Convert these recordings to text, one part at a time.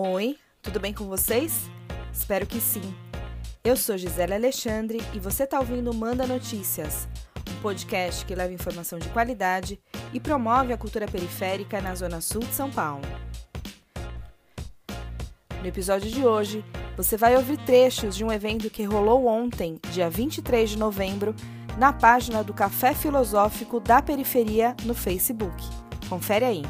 Oi, tudo bem com vocês? Espero que sim. Eu sou Gisele Alexandre e você está ouvindo o Manda Notícias, um podcast que leva informação de qualidade e promove a cultura periférica na Zona Sul de São Paulo. No episódio de hoje, você vai ouvir trechos de um evento que rolou ontem, dia 23 de novembro, na página do Café Filosófico da Periferia no Facebook. Confere aí.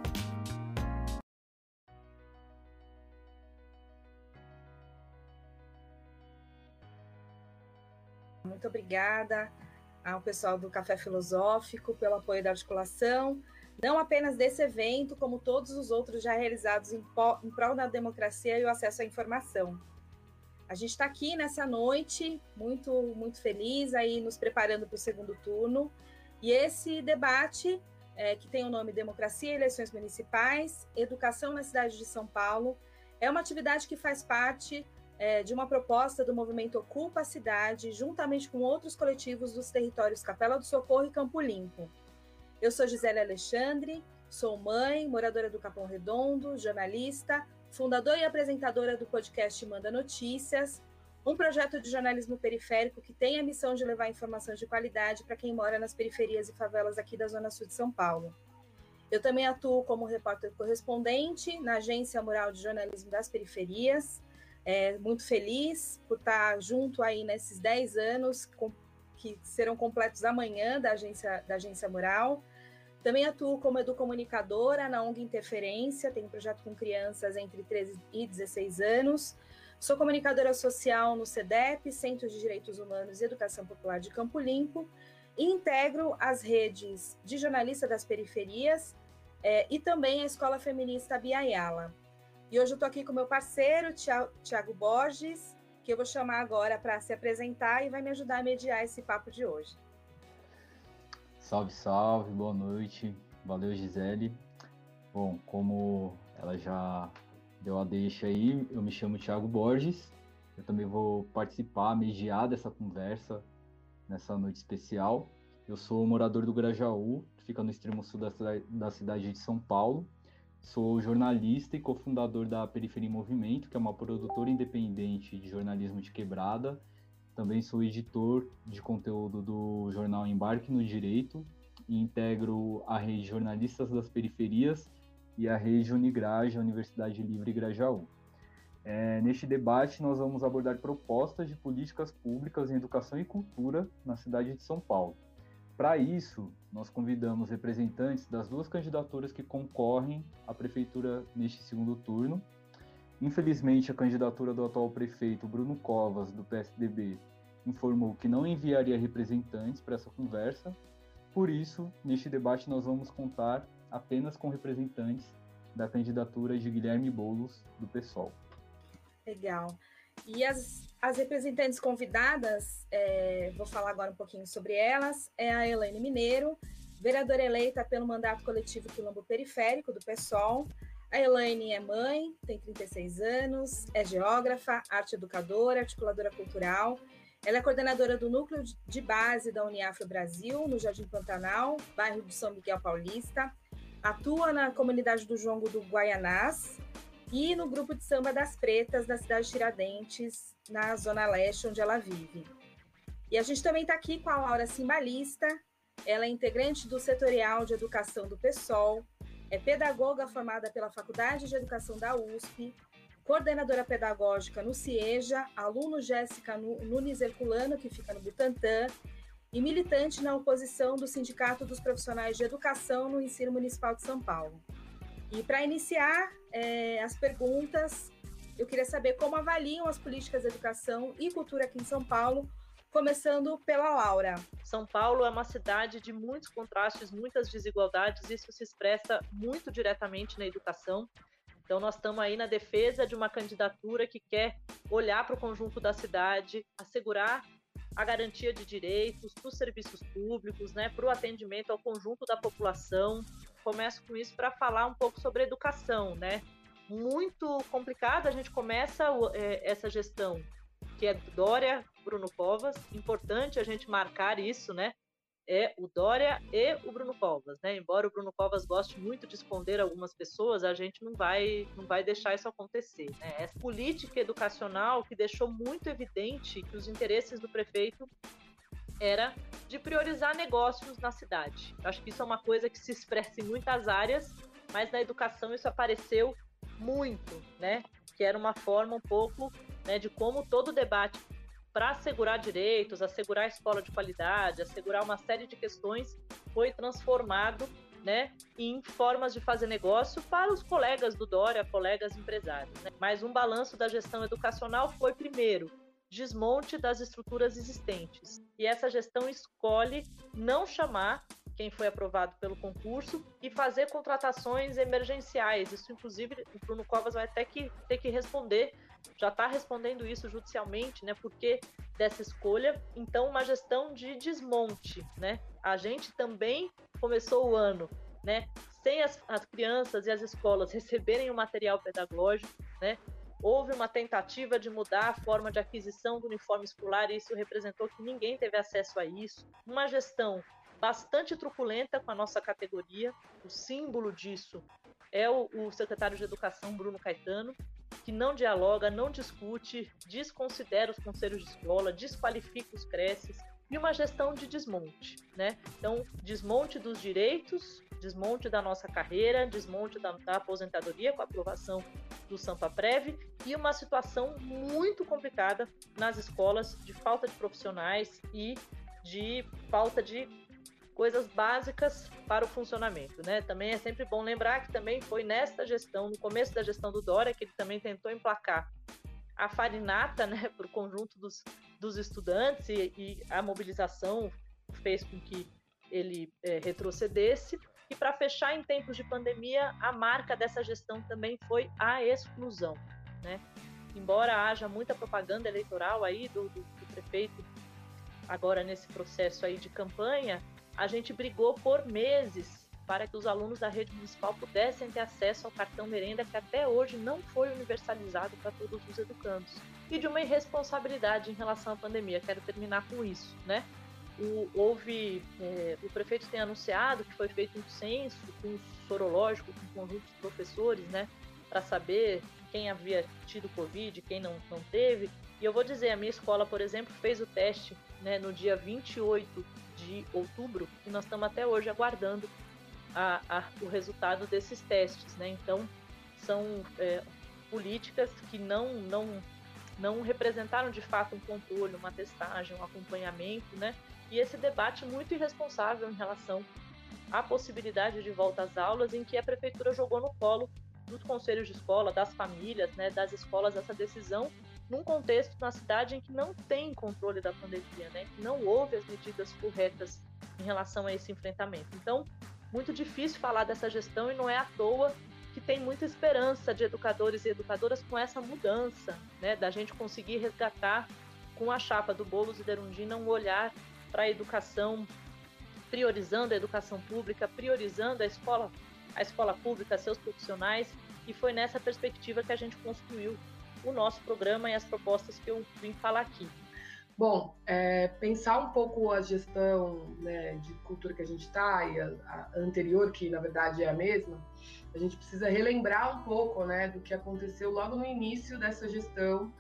Muito obrigada ao pessoal do Café Filosófico pelo apoio da articulação, não apenas desse evento, como todos os outros já realizados em prol da democracia e o acesso à informação. A gente está aqui nessa noite, muito feliz, aí nos preparando para o segundo turno, e esse debate, que tem o nome Democracia e Eleições Municipais, Educação na Cidade de São Paulo, é uma atividade que faz parte de uma proposta do movimento Ocupa a Cidade, juntamente com outros coletivos dos territórios Capela do Socorro e Campo Limpo. Eu sou Gisele Alexandre, sou mãe, moradora do Capão Redondo, jornalista, fundadora e apresentadora do podcast Manda Notícias, um projeto de jornalismo periférico que tem a missão de levar informação de qualidade para quem mora nas periferias e favelas aqui da Zona Sul de São Paulo. Eu também atuo como repórter correspondente na Agência Mural de Jornalismo das Periferias. Muito feliz por estar junto aí nesses 10 anos que serão completos amanhã da Agência Mural. Também atuo como educomunicadora na ONG Interferência, tenho um projeto com crianças entre 13 e 16 anos. Sou comunicadora social no CEDEP, Centro de Direitos Humanos e Educação Popular de Campo Limpo, e integro as redes de jornalista das periferias e também a Escola Feminista Biayala. E hoje eu estou aqui com meu parceiro, Thiago Borges, que eu vou chamar agora para se apresentar e vai me ajudar a mediar esse papo de hoje. Salve, salve, boa noite. Valeu, Gisele. Bom, como ela já deu a deixa aí, eu me chamo Thiago Borges. Eu também vou participar, mediar dessa conversa nessa noite especial. Eu sou morador do Grajaú, que fica no extremo sul da cidade de São Paulo. Sou jornalista e cofundador da Periferia em Movimento, que é uma produtora independente de jornalismo de quebrada. Também sou editor de conteúdo do jornal Embarque no Direito e integro a rede Jornalistas das Periferias e a rede Unigraj, a Universidade Livre Grajaú. Neste debate, nós vamos abordar propostas de políticas públicas em educação e cultura na cidade de São Paulo. Para isso, nós convidamos representantes das duas candidaturas que concorrem à prefeitura neste segundo turno. Infelizmente, a candidatura do atual prefeito, Bruno Covas, do PSDB, informou que não enviaria representantes para essa conversa. Por isso, neste debate, nós vamos contar apenas com representantes da candidatura de Guilherme Boulos, do PSOL. Legal. E as representantes convidadas, vou falar agora um pouquinho sobre elas, é a Elaine Mineiro, vereadora eleita pelo mandato coletivo Quilombo Periférico, do PSOL. A Elaine é mãe, tem 36 anos, é geógrafa, arte educadora, articuladora cultural. Ela é coordenadora do núcleo de base da Uniafro Brasil, no Jardim Pantanal, bairro de São Miguel Paulista. Atua na comunidade do Jongo do Guaianás e no grupo de samba das Pretas, da cidade de Tiradentes, na Zona Leste, onde ela vive. E a gente também está aqui com a Laura Cimbalista. Ela é integrante do setorial de educação do PSOL, é pedagoga formada pela Faculdade de Educação da USP, coordenadora pedagógica no CIEJA, aluno Jéssica Nunes Herculano, que fica no Butantã, e militante na oposição do Sindicato dos Profissionais de Educação no Ensino Municipal de São Paulo. E para iniciar as perguntas, eu queria saber como avaliam as políticas de educação e cultura aqui em São Paulo, começando pela Laura. São Paulo é uma cidade de muitos contrastes, muitas desigualdades, isso se expressa muito diretamente na educação. Então nós estamos aí na defesa de uma candidatura que quer olhar para o conjunto da cidade, assegurar a garantia de direitos para os serviços públicos, para o atendimento ao conjunto da população. Começo com isso para falar um pouco sobre educação, Muito complicado, a gente começa essa gestão, que é Dória, Bruno Covas, importante a gente marcar isso, é o Dória e o Bruno Covas, né? Embora o Bruno Covas goste muito de esconder algumas pessoas, a gente não vai deixar isso acontecer, né? Essa política educacional que deixou muito evidente que os interesses do prefeito era de priorizar negócios na cidade. Eu acho que isso é uma coisa que se expressa em muitas áreas, mas na educação isso apareceu muito, né? Que era uma forma um pouco, né, de como todo o debate para assegurar direitos, assegurar a escola de qualidade, assegurar uma série de questões, foi transformado, né, em formas de fazer negócio para os colegas do Dória, colegas empresários, né? Mas um balanço da gestão educacional foi, primeiro, desmonte das estruturas existentes. E essa gestão escolhe não chamar quem foi aprovado pelo concurso e fazer contratações emergenciais. Isso, inclusive, o Bruno Covas vai até ter que responder, já está respondendo isso judicialmente, né? Por que dessa escolha? Então, uma gestão de desmonte, né? A gente também começou o ano, né, sem as crianças e as escolas receberem o material pedagógico, né? Houve uma tentativa de mudar a forma de aquisição do uniforme escolar e isso representou que ninguém teve acesso a isso. Uma gestão bastante truculenta com a nossa categoria. O símbolo disso é o secretário de Educação, Bruno Caetano, que não dialoga, não discute, desconsidera os conselhos de escola, desqualifica os creches, e uma gestão de desmonte, né? Então, desmonte dos direitos, desmonte da nossa carreira, desmonte da aposentadoria com a aprovação do Sampaprev e uma situação muito complicada nas escolas de falta de profissionais e de falta de coisas básicas para o funcionamento, né? Também é sempre bom lembrar que também foi nesta gestão, no começo da gestão do Dória, que ele também tentou emplacar a farinata, né, para o conjunto dos estudantes e a mobilização fez com que ele retrocedesse. E para fechar, em tempos de pandemia, a marca dessa gestão também foi a exclusão, né? Embora haja muita propaganda eleitoral aí do prefeito agora nesse processo aí de campanha, a gente brigou por meses para que os alunos da rede municipal pudessem ter acesso ao cartão merenda, que até hoje não foi universalizado para todos os educandos. E de uma irresponsabilidade em relação à pandemia. Quero terminar com isso, né? O prefeito tem anunciado que foi feito um censo com um sorológico, com um conjunto de professores, né, para saber quem havia tido Covid, quem não teve. E eu vou dizer, a minha escola, por exemplo, fez o teste, né, no dia 28 de outubro e nós estamos até hoje aguardando o resultado desses testes, né? Então, são políticas que não representaram de fato um controle, uma testagem, um acompanhamento, né? E esse debate muito irresponsável em relação à possibilidade de volta às aulas, em que a prefeitura jogou no colo dos conselhos de escola, das famílias, né, das escolas, essa decisão, num contexto na cidade em que não tem controle da pandemia, né, que não houve as medidas corretas em relação a esse enfrentamento. Então, muito difícil falar dessa gestão e não é à toa que tem muita esperança de educadores e educadoras com essa mudança, né, da gente conseguir resgatar com a chapa do Boulos e da Erundina um olhar para a educação, priorizando a educação pública, priorizando a escola pública, seus profissionais, e foi nessa perspectiva que a gente construiu o nosso programa e as propostas que eu vim falar aqui. Bom, pensar um pouco a gestão, né, de cultura que a gente está e a anterior, que na verdade é a mesma, a gente precisa relembrar um pouco, né, do que aconteceu logo no início dessa gestão,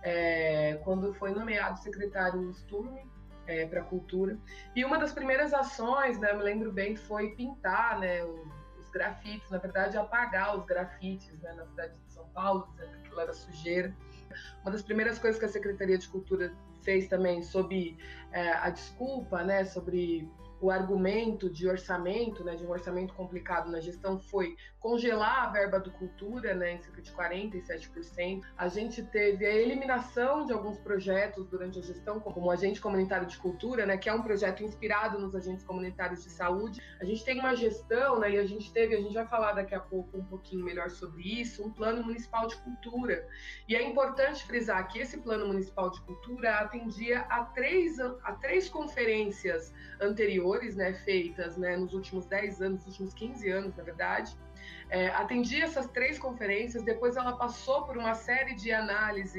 quando foi nomeado secretário Sturme para a cultura. E uma das primeiras ações, né, eu me lembro bem, foi pintar, né, os grafites, na verdade apagar os grafites, né, na cidade de São Paulo, dizendo que aquilo era sujeira. Uma das primeiras coisas que a Secretaria de Cultura fez também sob a desculpa, né, sobre o argumento de orçamento, né, de um orçamento complicado na gestão, foi congelar a verba do cultura, né, em cerca de 47%. A gente teve a eliminação de alguns projetos durante a gestão, como o Agente Comunitário de Cultura, né, que é um projeto inspirado nos agentes comunitários de saúde. A gente tem uma gestão, né, e a gente vai falar daqui a pouco um pouquinho melhor sobre isso, um plano municipal de cultura. E é importante frisar que esse plano municipal de cultura atendia a três conferências anteriores, né, feitas, né, nos últimos 10 anos, nos últimos 15 anos, na verdade. Atendia essas 3 conferências, depois ela passou por uma série de análises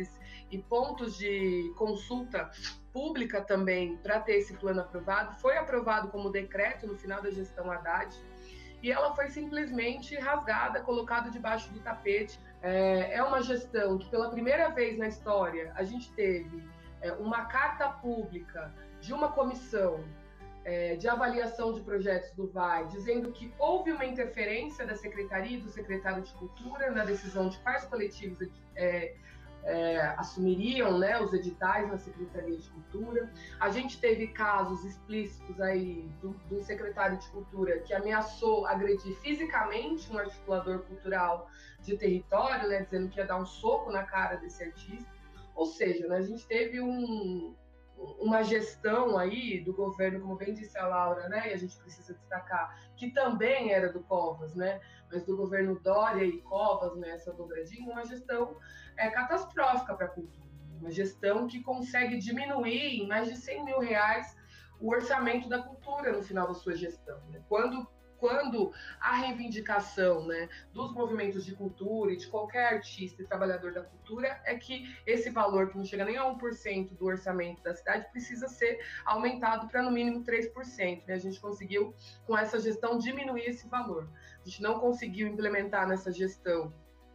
e pontos de consulta pública também para ter esse plano aprovado. Foi aprovado como decreto no final da gestão Haddad, e ela foi simplesmente rasgada, colocada debaixo do tapete. É uma gestão que, pela primeira vez na história, a gente teve uma carta pública de uma comissão de avaliação de projetos do VAI, dizendo que houve uma interferência da Secretaria e do Secretário de Cultura na decisão de quais coletivos assumiriam, né, os editais na Secretaria de Cultura. A gente teve casos explícitos aí do secretário de Cultura que ameaçou agredir fisicamente um articulador cultural de território, né, dizendo que ia dar um soco na cara desse artista. Ou seja, né, a gente teve uma gestão aí do governo, como bem disse a Laura, né, e a gente precisa destacar, que também era do Covas, né, mas do governo Dória e Covas, né, essa dobradinha, uma gestão catastrófica para a cultura, uma gestão que consegue diminuir em mais de R$100 mil o orçamento da cultura no final da sua gestão, né? Quando a reivindicação, né, dos movimentos de cultura e de qualquer artista e trabalhador da cultura é que esse valor, que não chega nem a 1% do orçamento da cidade, precisa ser aumentado para no mínimo 3%. Né? A gente conseguiu, com essa gestão, diminuir esse valor. A gente não conseguiu implementar nessa gestão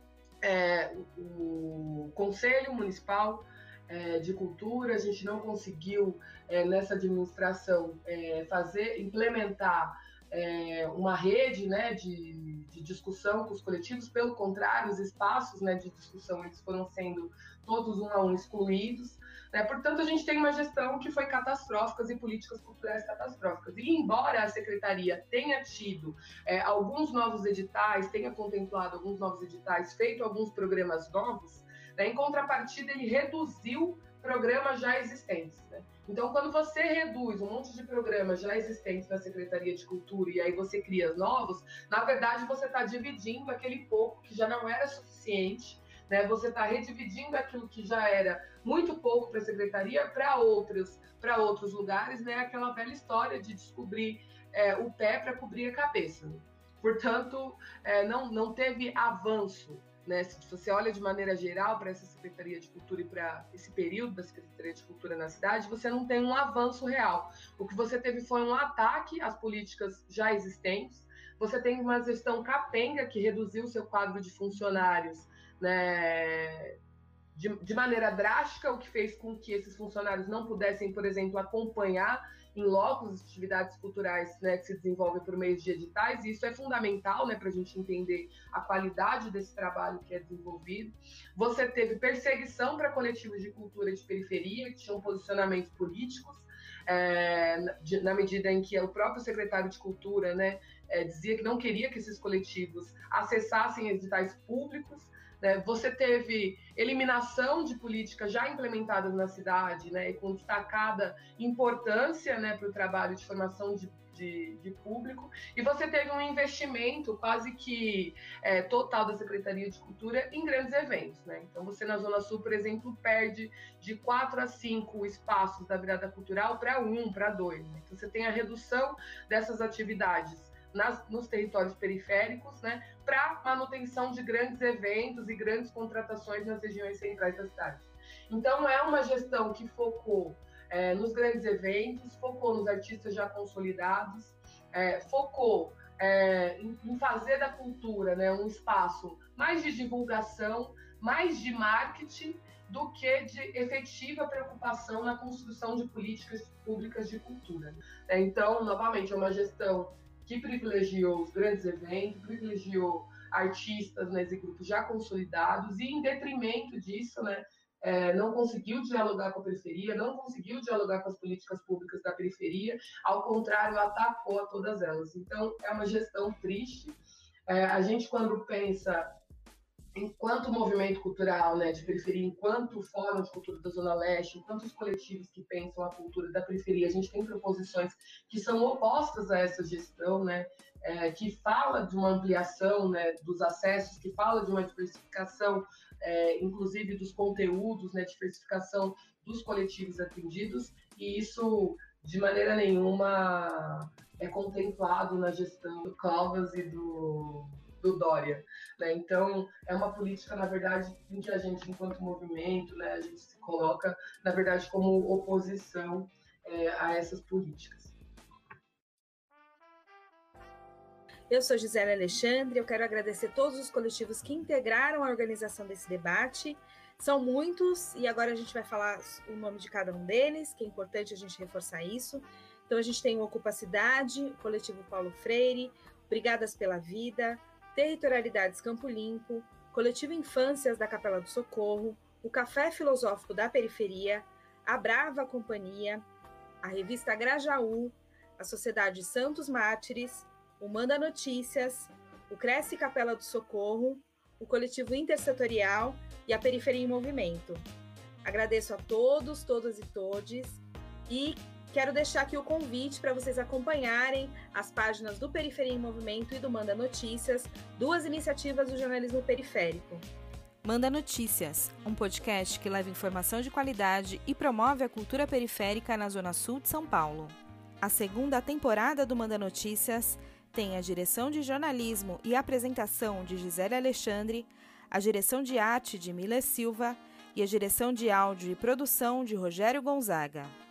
o Conselho Municipal de Cultura, a gente não conseguiu, nessa administração, implementar uma rede, né, de discussão com os coletivos. Pelo contrário, os espaços, né, de discussão eles foram sendo todos um a um excluídos, né? Portanto, a gente tem uma gestão que foi catastrófica e políticas culturais catastróficas. E embora a Secretaria tenha tido alguns novos editais, tenha contemplado alguns novos editais, feito alguns programas novos, né, em contrapartida ele reduziu programas já existentes, né? Então, quando você reduz um monte de programas já existentes na Secretaria de Cultura e aí você cria novos, na verdade você está dividindo aquele pouco que já não era suficiente, né? Você está redividindo aquilo que já era muito pouco para a Secretaria para outros lugares, né? Aquela velha história de descobrir o pé para cobrir a cabeça, né? Portanto, não teve avanço. Né? Se você olha de maneira geral para essa Secretaria de Cultura e para esse período da Secretaria de Cultura na cidade, você não tem um avanço real. O que você teve foi um ataque às políticas já existentes, você tem uma gestão capenga que reduziu o seu quadro de funcionários, né, de maneira drástica, o que fez com que esses funcionários não pudessem, por exemplo, acompanhar em loco as atividades culturais, né, que se desenvolvem por meio de editais, e isso é fundamental, né, para a gente entender a qualidade desse trabalho que é desenvolvido. Você teve perseguição para coletivos de cultura de periferia, que tinham posicionamentos políticos, na medida em que o próprio secretário de Cultura, né, dizia que não queria que esses coletivos acessassem editais públicos. Você teve eliminação de políticas já implementadas na cidade, né, com destacada importância, né, para o trabalho de formação de público, e você teve um investimento quase que total da Secretaria de Cultura em grandes eventos. Né? Então, você na Zona Sul, por exemplo, perde de 4 a 5 espaços da virada cultural para 1, para 2. Né? Então, você tem a redução dessas atividades nos territórios periféricos, né, para manutenção de grandes eventos e grandes contratações nas regiões centrais da cidade. Então, é uma gestão que focou nos grandes eventos, focou nos artistas já consolidados, focou em fazer da cultura, né, um espaço mais de divulgação, mais de marketing, do que de efetiva preocupação na construção de políticas públicas de cultura. Então, novamente, é uma gestão que privilegiou os grandes eventos, privilegiou artistas, né, e grupos já consolidados, e em detrimento disso, né, não conseguiu dialogar com a periferia, não conseguiu dialogar com as políticas públicas da periferia, ao contrário, atacou a todas elas. Então, é uma gestão triste. A gente, quando pensa enquanto movimento cultural, né, de periferia, enquanto Fórum de Cultura da Zona Leste, enquanto os coletivos que pensam a cultura da periferia, a gente tem proposições que são opostas a essa gestão, né, que fala de uma ampliação, né, dos acessos, que fala de uma diversificação, inclusive dos conteúdos, né, diversificação dos coletivos atendidos, e isso de maneira nenhuma é contemplado na gestão do Covas e do do Dória, né? Então, é uma política, na verdade, em que a gente, enquanto movimento, né, a gente se coloca, na verdade, como oposição a essas políticas. Eu sou Gisele Alexandre, eu quero agradecer todos os coletivos que integraram a organização desse debate. São muitos, e agora a gente vai falar o nome de cada um deles, que é importante a gente reforçar isso. Então, a gente tem o Ocupa Cidade, o Coletivo Paulo Freire, Brigadas pela Vida, Territorialidades Campo Limpo, Coletivo Infâncias da Capela do Socorro, o Café Filosófico da Periferia, a Brava Companhia, a Revista Grajaú, a Sociedade Santos Mártires, o Manda Notícias, o Cresce Capela do Socorro, o Coletivo Intersetorial e a Periferia em Movimento. Agradeço a todos, todas e todes, e quero deixar aqui o convite para vocês acompanharem as páginas do Periferia em Movimento e do Manda Notícias, duas iniciativas do jornalismo periférico. Manda Notícias, um podcast que leva informação de qualidade e promove a cultura periférica na Zona Sul de São Paulo. A segunda temporada do Manda Notícias tem a direção de jornalismo e apresentação de Gisele Alexandre, a direção de arte de Mila Silva e a direção de áudio e produção de Rogério Gonzaga.